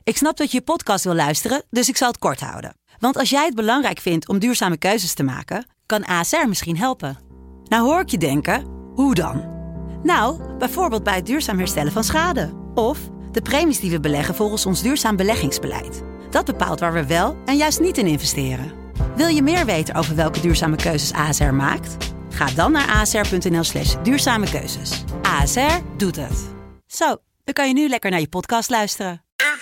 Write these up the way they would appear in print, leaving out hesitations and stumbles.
Ik snap dat je podcast wil luisteren, dus ik zal het kort houden. Want als jij het belangrijk vindt om duurzame keuzes te maken, kan ASR misschien helpen. Nou hoor ik je denken, hoe dan? Nou, bijvoorbeeld bij het duurzaam herstellen van schade. Of de premies die we beleggen volgens ons duurzaam beleggingsbeleid. Dat bepaalt waar we wel en juist niet in investeren. Wil je meer weten over welke duurzame keuzes ASR maakt? Ga dan naar asr.nl/duurzame keuzes. ASR doet het. Zo, dan kan je nu lekker naar je podcast luisteren.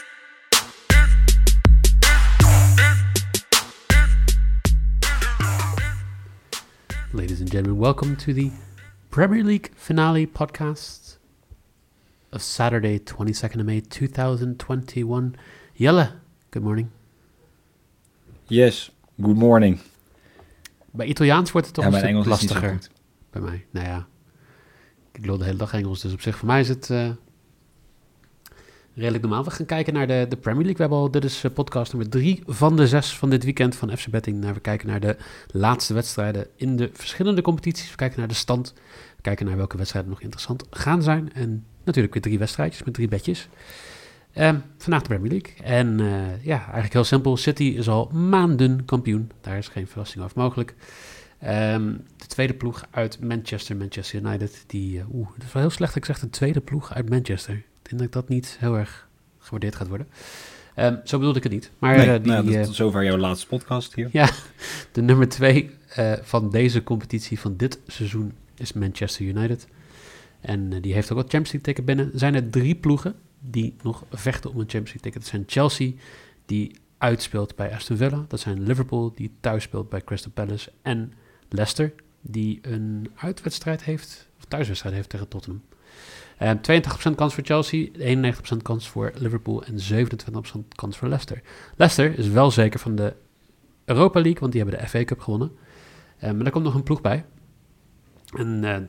Ladies and gentlemen, welcome to the Premier League finale podcast of Saturday, 22nd of May 2021. Jelle, good morning. Yes, good morning. Bij Italiaans wordt het toch mijn een stuk Engels lastiger. is niet zo goed. Bij mij, nou ja. Ik loop de hele dag Engels, dus op zich voor mij is het redelijk normaal. We gaan kijken naar de Premier League. Dit is podcast nummer 3 van de 6 van dit weekend van FC Betting. We kijken naar de laatste wedstrijden in de verschillende competities. We kijken naar de stand. We kijken naar welke wedstrijden nog interessant gaan zijn. En natuurlijk weer 3 wedstrijdjes met 3 bedjes. Vandaag de Premier League. En eigenlijk heel simpel. City is al maanden kampioen. Daar is geen verrassing over mogelijk. De tweede ploeg uit Manchester United. Het is wel heel slecht dat ik zeg de tweede ploeg uit Manchester. Ik denk dat dat niet heel erg gewaardeerd gaat worden. Zo bedoelde ik het niet. Maar dat is tot zover jouw laatste podcast hier. Ja, de nummer 2 van deze competitie van dit seizoen is Manchester United. En die heeft ook wat Champions League ticket binnen. Er zijn er 3 ploegen die nog vechten om een Champions League ticket. Dat zijn Chelsea, die uitspeelt bij Aston Villa. Dat zijn Liverpool, die thuis speelt bij Crystal Palace. En Leicester, die een thuiswedstrijd heeft tegen Tottenham. 82% kans voor Chelsea, 91% kans voor Liverpool en 27% kans voor Leicester. Leicester is wel zeker van de Europa League, want die hebben de FA Cup gewonnen. Maar daar komt nog een ploeg bij. En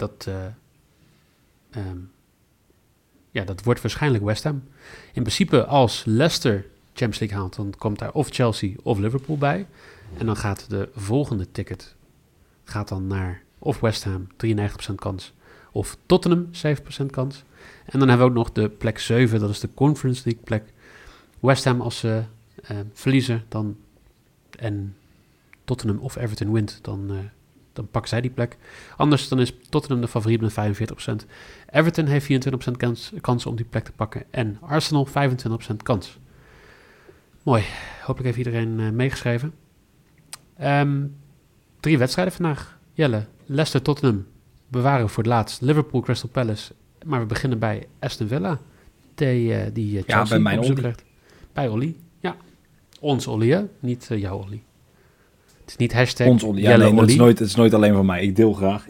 dat wordt waarschijnlijk West Ham. In principe, als Leicester Champions League haalt, dan komt daar of Chelsea of Liverpool bij. En dan gaat de volgende ticket dan naar of West Ham, 93% kans, of Tottenham, 7% kans. En dan hebben we ook nog de plek 7, dat is de Conference League plek. West Ham, als ze verliezen en Tottenham of Everton wint, dan pakken zij die plek. Anders dan is Tottenham de favoriet met 45%. Everton heeft 24% kans om die plek te pakken. En Arsenal 25% kans. Mooi. Hopelijk heeft iedereen meegeschreven. 3 wedstrijden vandaag. Jelle, Leicester, Tottenham bewaren we voor het laatst. Liverpool, Crystal Palace. Maar we beginnen bij Aston Villa. Die Chelsea bij mijn Ollie. Bij Ollie, ja. Ons Ollie, hè? Niet jouw Ollie. Het is niet hashtag Ons Ollie. Jelle Ollie. Het is nooit alleen van mij. Ik deel graag.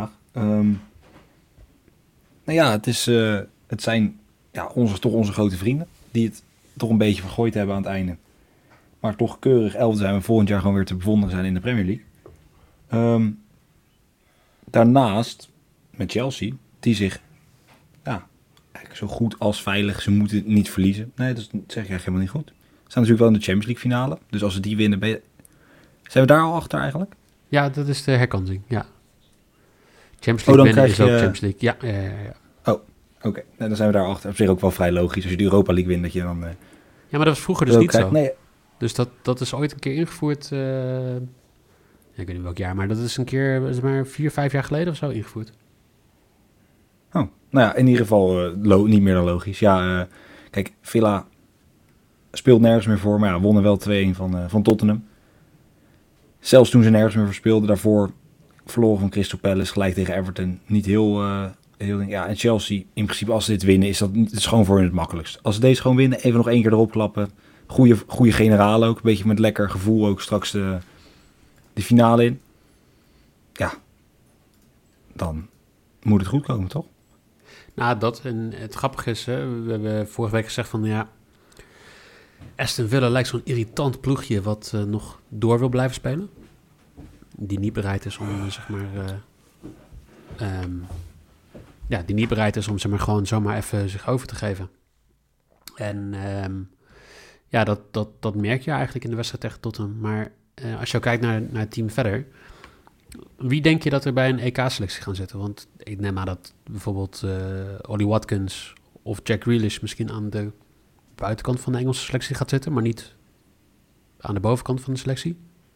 Het zijn onze grote vrienden. Die het toch een beetje vergooid hebben aan het einde. Maar toch keurig 11 zijn we volgend jaar gewoon weer te bewonderen zijn in de Premier League. Daarnaast met Chelsea, die zich eigenlijk zo goed als veilig, ze moeten niet verliezen. Nee, dat zeg ik eigenlijk helemaal niet goed. Ze staan natuurlijk wel in de Champions League finale. Dus als ze die winnen, zijn we daar al achter eigenlijk? Ja, dat is de herkansing, ja. Champions League winnen is ook Champions League. Ja. Oh, oké. Nou, dan zijn we daar achter. Op zich ook wel vrij logisch. Als je de Europa League wint, dat je dan... Ja, maar dat was vroeger dus niet zo. Nee. Dus dat is ooit een keer ingevoerd. Ik weet niet welk jaar, maar dat is een keer, 4-5 jaar geleden of zo ingevoerd. Oh, nou ja, in ieder geval niet meer dan logisch. Ja, kijk, Villa speelt nergens meer voor, maar ja, wonnen wel 2-1 van Tottenham. Zelfs toen ze nergens meer voor speelden, daarvoor verloren van Crystal Palace, gelijk tegen Everton. Niet heel en Chelsea, in principe als ze dit winnen, het is gewoon voor hun het makkelijkst. Als ze deze gewoon winnen, even nog 1 keer erop klappen. Goede generalen ook, een beetje met lekker gevoel ook straks de finale in. Ja, dan moet het goed komen, toch? Nou, en het grappige is, we hebben vorige week gezegd van ja, Aston Villa lijkt zo'n irritant ploegje wat nog door wil blijven spelen. Die niet bereid is om, gewoon zomaar even zich over te geven. En dat merk je eigenlijk in de wedstrijd tegen Tottenham. Maar als je kijkt naar het team verder, wie denk je dat er bij een EK-selectie gaan zitten? Want ik neem aan dat bijvoorbeeld Ollie Watkins of Jack Grealish misschien aan de buitenkant van de Engelse selectie gaat zitten, maar niet aan de bovenkant van de selectie.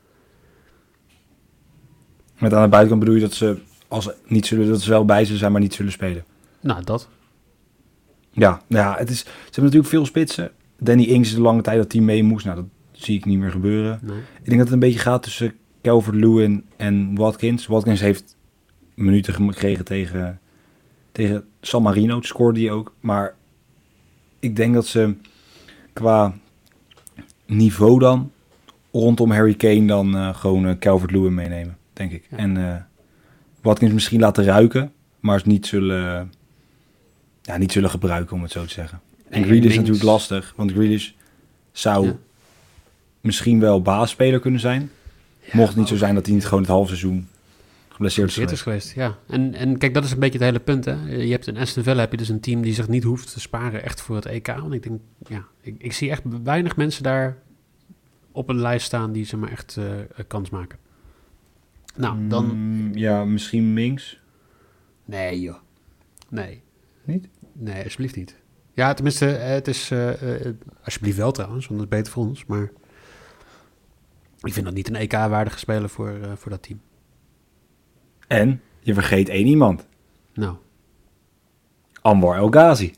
Met aan de buitenkant bedoel je dat ze, als ze niet zullen, dat ze wel bij zullen zijn, maar niet zullen spelen? Nou, dat. Ja, ze hebben natuurlijk veel spitsen. Danny Ings is de lange tijd dat hij mee moest. Nou, dat zie ik niet meer gebeuren. Nee. Ik denk dat het een beetje gaat tussen Calvert-Lewin en Watkins. Watkins heeft minuten gekregen tegen San Marino. Dat scoorde hij ook. Maar ik denk dat ze qua niveau dan rondom Harry Kane dan gewoon Calvert-Lewin meenemen, denk ik. Ja. En Watkins misschien laten ruiken, maar ze niet zullen gebruiken, om het zo te zeggen. En Grealish is natuurlijk lastig, want Grealish zou misschien wel baasspeler kunnen zijn. Mocht het niet zo zijn dat hij niet gewoon het halve seizoen geblesseerd is geweest. Ja. En kijk, dat is een beetje het hele punt. Hè? Je hebt in Aston Villa dus een team die zich niet hoeft te sparen echt voor het EK. Want ik denk, ik zie echt weinig mensen daar op een lijst staan die ze maar echt kans maken. Nou, dan... Ja, misschien Mings. Nee, joh. Nee. Niet? Nee, alsjeblieft niet. Ja, tenminste, het is... alsjeblieft wel trouwens, want dat is beter voor ons. Maar ik vind dat niet een EK-waardige speler voor dat team. En je vergeet één iemand. Nou. Anwar El Ghazi.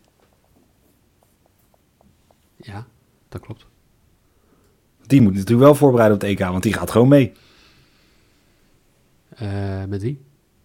Ja, dat klopt. Die moet natuurlijk wel voorbereiden op het EK, want die gaat gewoon mee. Met wie?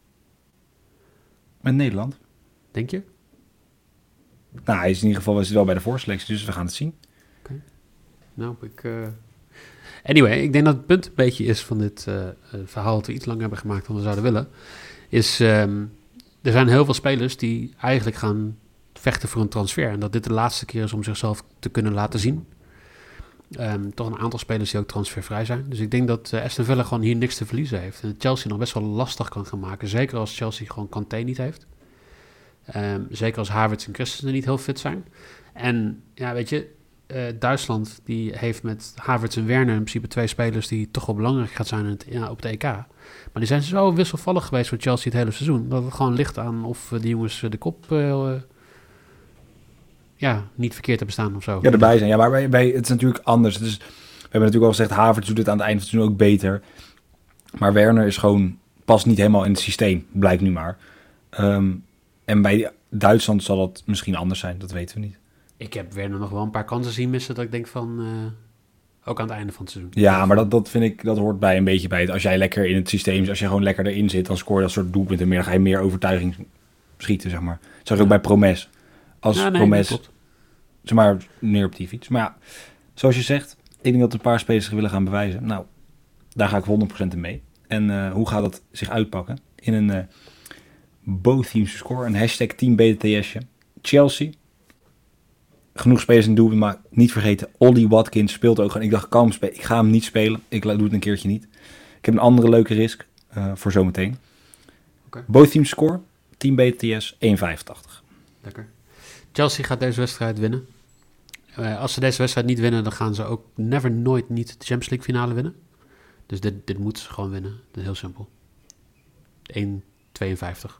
Met Nederland. Denk je? Nou, hij is in ieder geval wel bij de voorselectie, dus we gaan het zien. Okay. Nou, Anyway, ik denk dat het punt een beetje is van dit verhaal dat we iets langer hebben gemaakt dan we zouden willen. Is, er zijn heel veel spelers die eigenlijk gaan vechten voor een transfer. En dat dit de laatste keer is om zichzelf te kunnen laten zien. Toch een aantal spelers die ook transfervrij zijn. Dus ik denk dat Aston Villa gewoon hier niks te verliezen heeft. En Chelsea nog best wel lastig kan gaan maken. Zeker als Chelsea gewoon Kanté niet heeft. Zeker als Havertz en Christensen niet heel fit zijn. En ja, weet je, Duitsland die heeft met Havertz en Werner in principe 2 spelers die toch wel belangrijk gaan zijn op de EK. Maar die zijn zo wisselvallig geweest voor Chelsea het hele seizoen. Dat het gewoon ligt aan of die jongens de kop niet verkeerd hebben staan of zo. Ja, erbij zijn. Ja, maar het is natuurlijk anders. We hebben natuurlijk al gezegd, Havertz doet het aan het einde van het seizoen ook beter. Maar Werner is gewoon past niet helemaal in het systeem, blijkt nu maar. En bij Duitsland zal dat misschien anders zijn, dat weten we niet. Ik heb Werner nog wel een paar kansen zien missen dat ik denk van, ook aan het einde van het seizoen. Ja, maar dat vind ik, dat hoort een beetje bij het. Als jij lekker in het systeem, als je gewoon lekker erin zit, dan scoor je dat soort doelpunten meer. Dan ga je meer overtuiging schieten, zeg maar. Dat zag je ook bij Promes. Als Promes, zeg maar, meer op die fiets. Maar ja, zoals je zegt, ik denk dat een paar spelers zich willen gaan bewijzen. Nou, daar ga ik 100% in mee. En hoe gaat dat zich uitpakken? In een both teams score, een hashtag Team BTS'je. Chelsea. Genoeg spelers in doelpunt, maar niet vergeten, Ollie Watkins speelt ook gewoon. Ik dacht, ik ga hem niet spelen. Ik doe het een keertje niet. Ik heb een andere leuke risk voor zometeen. Okay. Both teams score, Team BTS 1,85. Lekker. Chelsea gaat deze wedstrijd winnen. Als ze deze wedstrijd niet winnen, dan gaan ze ook nooit niet de Champions League finale winnen. Dus dit moeten ze gewoon winnen. Dat is heel simpel. 1,52.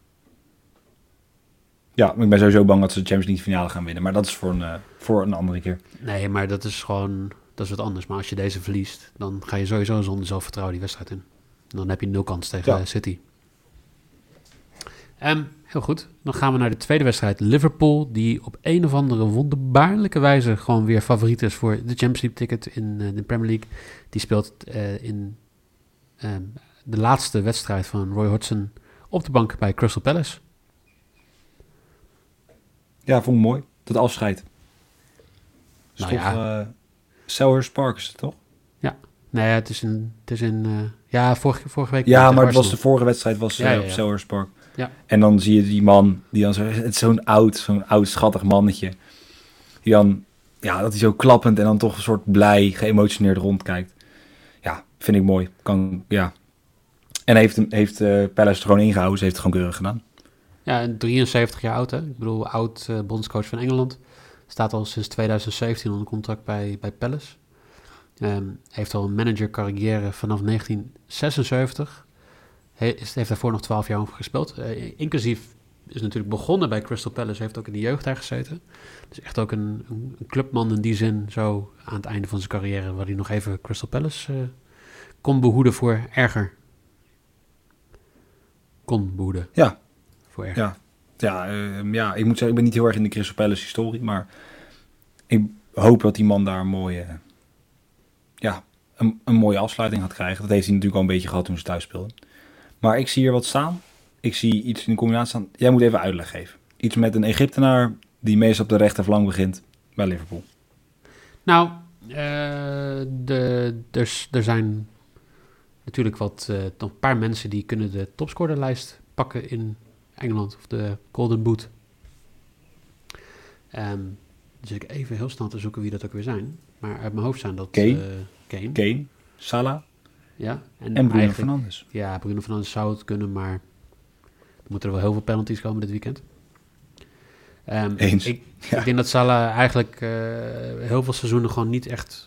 Ja, maar ik ben sowieso bang dat ze de Champions League finale gaan winnen. Maar dat is voor een andere keer. Nee, maar dat is wat anders. Maar als je deze verliest, dan ga je sowieso zonder zelfvertrouwen die wedstrijd in. Dan heb je 0 kans tegen City. Heel goed. Dan gaan we naar de tweede wedstrijd. Liverpool, die op een of andere wonderbaarlijke wijze gewoon weer favoriet is voor de Champions League ticket in de Premier League. Die speelt in de laatste wedstrijd van Roy Hodgson op de bank bij Crystal Palace. Ja, vond ik mooi. Dat afscheid. Selhurst Park is het toch? Ja. Nee, het is in vorige week. Ja, maar het was de vorige wedstrijd op Selhurst Park. Ja. En dan zie je die man, die dan het is zo'n oud schattig mannetje. Die dan, dat hij zo klappend en dan toch een soort blij, geëmotioneerd rondkijkt. Ja, vind ik mooi. En heeft Palace er gewoon ingehouden. Ze heeft het gewoon keurig gedaan. Ja, 73 jaar oud, hè? Ik bedoel, oud bondscoach van Engeland. Staat al sinds 2017 onder contract bij Palace. Heeft al een managercarrière vanaf 1976. Heeft daarvoor nog 12 jaar over gespeeld. Inclusief is natuurlijk begonnen bij Crystal Palace, heeft ook in de jeugd daar gezeten. Dus echt ook een clubman in die zin, zo aan het einde van zijn carrière, waar hij nog even Crystal Palace kon behoeden voor erger. Kon behoeden. Ja. Voor erger. Ja, ik moet zeggen, ik ben niet heel erg in de Crystal Palace historie, maar ik hoop dat die man daar een mooie afsluiting gaat krijgen. Dat heeft hij natuurlijk al een beetje gehad toen ze thuis speelden. Maar ik zie hier wat staan. Ik zie iets in de combinatie staan. Jij moet even uitleg geven. Iets met een Egyptenaar die meestal op de rechterflank begint bij Liverpool. Nou, er zijn natuurlijk nog een paar mensen die kunnen de topscorerlijst pakken in Engeland. Of de Golden Boot. Dus ik even heel snel te zoeken wie dat ook weer zijn. Maar uit mijn hoofd zijn dat Kane, Salah ja, en Bruno Fernandes. Ja, Bruno Fernandes zou het kunnen, maar er moeten er wel heel veel penalties komen dit weekend. Eens. Ik denk dat Salah eigenlijk heel veel seizoenen gewoon niet echt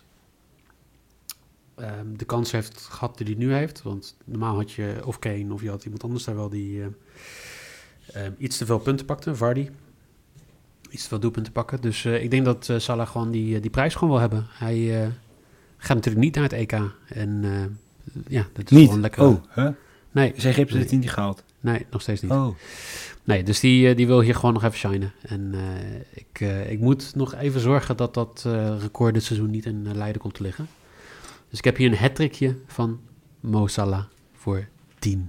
de kans heeft gehad die hij nu heeft. Want normaal had je of Kane of je had iemand anders daar wel die iets te veel punten pakte. Vardy. Iets te veel doelpunten pakken. Dus ik denk dat Salah gewoon die prijs gewoon wil hebben. Hij gaat natuurlijk niet naar het EK. En dat is niet? gewoon lekker. Oh, hè? Nee. Is Egypte dit niet gehaald? Nee, nog steeds niet. Oh. Nee, dus die wil hier gewoon nog even shinen. En ik moet nog even zorgen dat record dit seizoen niet in Leiden komt te liggen. Dus ik heb hier een hattrickje van Mo Salah voor 10.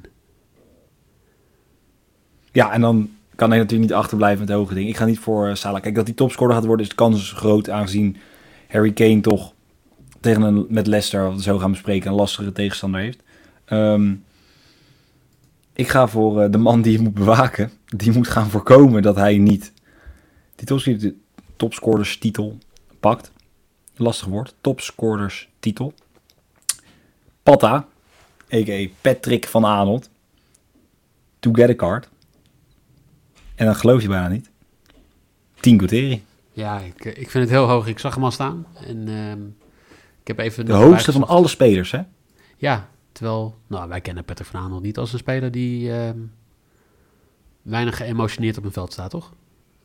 Ja, en dan kan hij natuurlijk niet achterblijven met de hoge ding. Ik ga niet voor Salah. Kijk, dat hij topscorer gaat worden is de kans groot, aangezien Harry Kane toch met Leicester, wat we zo gaan bespreken, een lastige tegenstander heeft. Ik ga voor de man die je moet bewaken. Die moet gaan voorkomen dat hij niet die topscorerstitel pakt. Lastig woord. Topscorerstitel. Patta, a.k.a. Patrick van Aanholt. To get a card. En dan geloof je bijna niet. 10 quotering. Ja, ik vind het heel hoog. Ik zag hem al staan. En ik heb even... De hoogste van alle spelers, hè? Ja, terwijl... Nou, wij kennen Patrick van Aanholt niet als een speler die weinig geëmotioneerd op een veld staat, toch?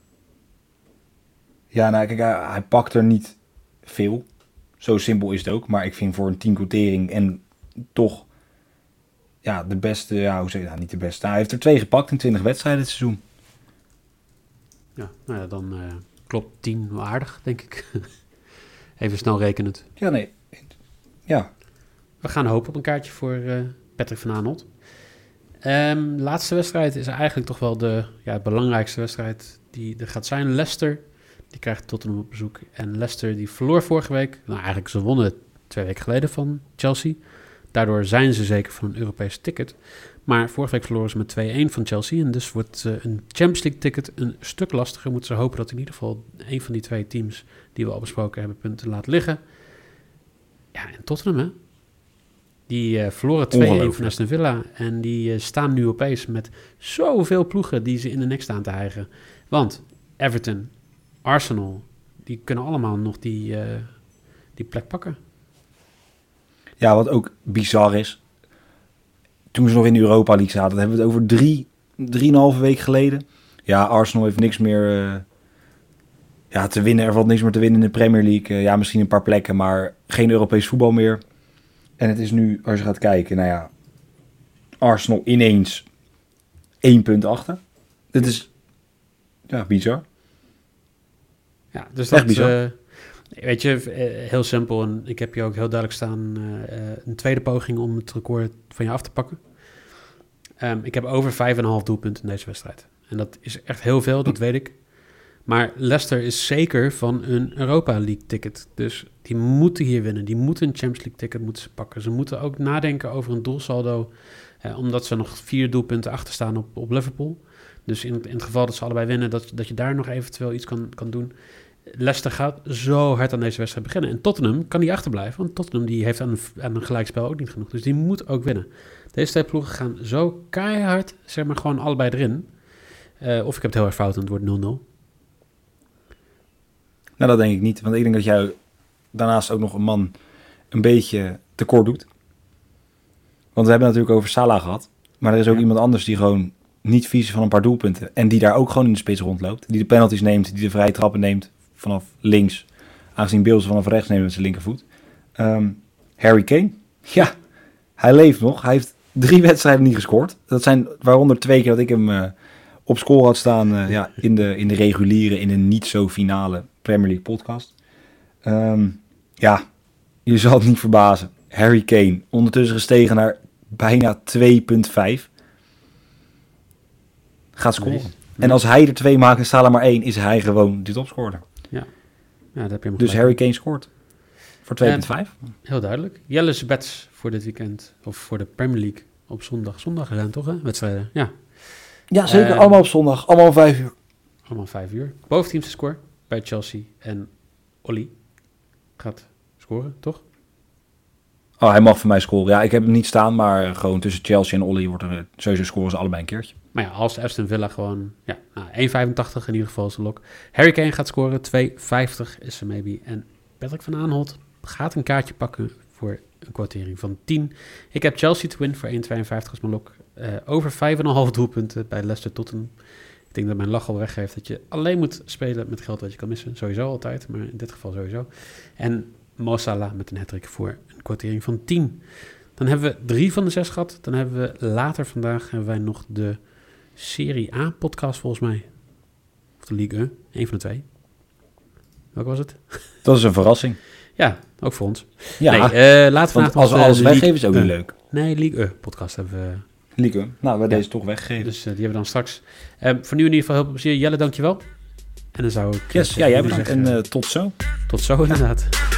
Ja, nou kijk, hij pakt er niet veel. Zo simpel is het ook. Maar ik vind voor een 10 quotering en toch... Ja, de beste... Ja, hoe zeg je dat? Niet de beste. Hij heeft er 2 gepakt in 20 wedstrijden dit seizoen. Ja, nou ja, dan klopt 10 wel aardig, denk ik. Even snel rekenend. Ja, nee. Ja. We gaan hopen op een kaartje voor Patrick van Aanholt. De laatste wedstrijd is eigenlijk toch wel de belangrijkste wedstrijd die er gaat zijn. Leicester, die krijgt Tottenham op bezoek. En Leicester die verloor vorige week. Nou, eigenlijk ze wonnen 2 weken geleden van Chelsea. Daardoor zijn ze zeker van een Europees ticket. Maar vorige week verloren ze met 2-1 van Chelsea. En dus wordt een Champions League ticket een stuk lastiger. Moeten ze hopen dat in ieder geval een van die 2 teams die we al besproken hebben punten laat liggen. Ja, en Tottenham, hè? Die verloren 2-1 van Aston Villa. En die staan nu opeens met zoveel ploegen die ze in de nek staan te hijgen. Want Everton, Arsenal, die kunnen allemaal nog die plek pakken. Ja, wat ook bizar is. Toen ze nog in de Europa League zaten, hebben we het over 3,5 week geleden. Ja, Arsenal heeft niks meer te winnen. Er valt niks meer te winnen in de Premier League. Ja, misschien een paar plekken, maar geen Europees voetbal meer. En het is nu, als je gaat kijken, nou ja, Arsenal ineens 1 punt achter. Dit is, ja, bizar. Ja, dus echt bizar. Weet je, heel simpel. En ik heb je ook heel duidelijk staan een tweede poging om het record van je af te pakken. Ik heb over 5,5 doelpunten in deze wedstrijd. En dat is echt heel veel, dat weet ik. Maar Leicester is zeker van een Europa League ticket. Dus die moeten hier winnen. Die moeten een Champions League ticket moeten ze pakken. Ze moeten ook nadenken over een doelsaldo. Omdat ze nog 4 doelpunten achter staan op Liverpool. Dus in het geval dat ze allebei winnen, dat je daar nog eventueel iets kan doen. Leicester gaat zo hard aan deze wedstrijd beginnen. En Tottenham kan niet achterblijven. Want Tottenham die heeft aan een gelijkspel ook niet genoeg. Dus die moet ook winnen. Deze 2 ploegen gaan zo keihard, zeg maar, gewoon allebei erin. Of ik heb het heel erg fout en het wordt 0-0. Nou, dat denk ik niet. Want ik denk dat jij daarnaast ook nog een man een beetje tekort doet. Want we hebben het natuurlijk over Salah gehad. Maar er is ook iemand anders die gewoon niet vies van een paar doelpunten. En die daar ook gewoon in de spits rondloopt. Die de penalties neemt, die de vrije trappen neemt vanaf links. Aangezien Bale ze vanaf rechts neemt met zijn linkervoet. Harry Kane, ja, hij leeft nog. Hij heeft 3 wedstrijden niet gescoord. Dat zijn waaronder 2 keer dat ik hem op score had staan in de reguliere, in een niet zo finale Premier League podcast. Je zal het niet verbazen. Harry Kane, ondertussen gestegen naar bijna 2,5. Gaat scoren. Nee. En als hij er 2 maakt en Salah maar 1, is hij gewoon de topscorer. Ja, dat heb je hem dus gelijk. Harry Kane scoort. Voor 2,5. Heel duidelijk. Jelle's bets voor dit weekend. Of voor de Premier League op zondag. Zondag zijn toch, hè? Wedstrijden. Ja, zeker. Allemaal op zondag. Allemaal om 5 uur. Allemaal 5 uur. Boventeamse score bij Chelsea. En Ollie gaat scoren, toch? Oh, hij mag voor mij scoren. Ja, ik heb hem niet staan, maar gewoon tussen Chelsea en Ollie wordt er sowieso scoren ze allebei een keertje. Maar ja, als Aston Villa gewoon... 1,85 in ieder geval is de lok. Harry Kane gaat scoren. 2,50 is er maybe. En Patrick van Aanholt gaat een kaartje pakken voor een kwartering van 10. Ik heb Chelsea te win voor 1,52 is mijn lok. Over 5,5 doelpunten bij Leicester Tottenham. Ik denk dat mijn lach al weggeeft dat je alleen moet spelen met geld wat je kan missen. Sowieso altijd, maar in dit geval sowieso. En Mo Salah met een hat-trick voor een kwartering van 10. Dan hebben we 3 van de 6 gehad. Dan hebben we later vandaag nog de Serie A podcast volgens mij. Of de Ligue 1, een van de 2. Welke was het? Dat is een verrassing. Ja, ook voor ons. Ja, later vandaag als we alles weggeven is ook niet leuk. Nee, Ligue podcast hebben we. Ligue. Nou, we deze toch weggegeven. Dus die hebben we dan straks. Voor nu in ieder geval heel veel plezier. Jelle, dankjewel. En dan zou ik... Yes, jij bedankt. En tot zo. Tot zo, inderdaad.